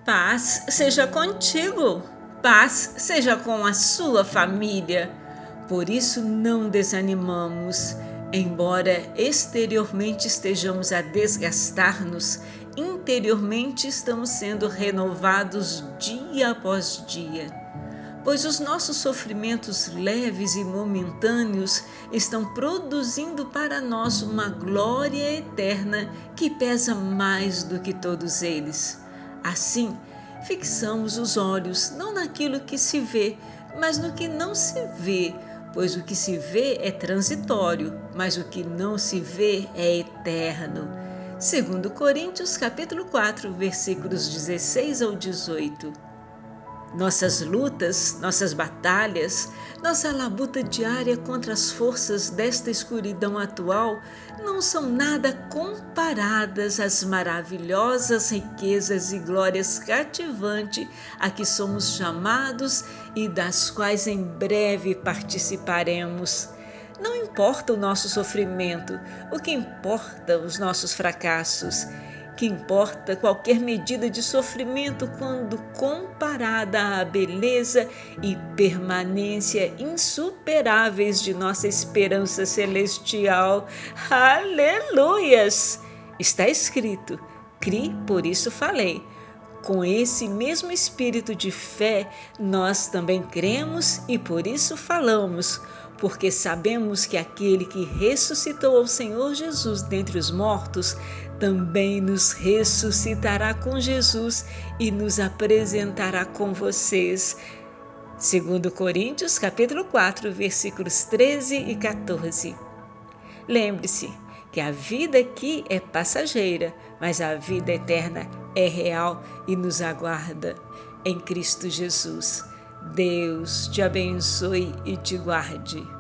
Paz seja contigo, paz seja com a sua família. Por isso não desanimamos, embora exteriormente estejamos a desgastar-nos, interiormente estamos sendo renovados dia após dia. Pois os nossos sofrimentos leves e momentâneos estão produzindo para nós uma glória eterna que pesa mais do que todos eles. Assim, fixamos os olhos não naquilo que se vê, mas no que não se vê, pois o que se vê é transitório, mas o que não se vê é eterno. Segundo Coríntios, capítulo 4, versículos 16 ao 18. Nossas lutas, nossas batalhas, nossa labuta diária contra as forças desta escuridão atual não são nada comparadas às maravilhosas riquezas e glórias cativantes a que somos chamados e das quais em breve participaremos. Não importa o nosso sofrimento, o que importa os nossos fracassos. Que importa qualquer medida de sofrimento quando comparada à beleza e permanência insuperáveis de nossa esperança celestial. Aleluias! Está escrito: "Cri, por isso falei". Com esse mesmo espírito de fé, nós também cremos e por isso falamos, porque sabemos que aquele que ressuscitou ao Senhor Jesus dentre os mortos também nos ressuscitará com Jesus e nos apresentará com vocês. Segundo Coríntios, capítulo 4, versículos 13 e 14. Lembre-se que a vida aqui é passageira, mas a vida eterna é real e nos aguarda em Cristo Jesus. Deus te abençoe e te guarde.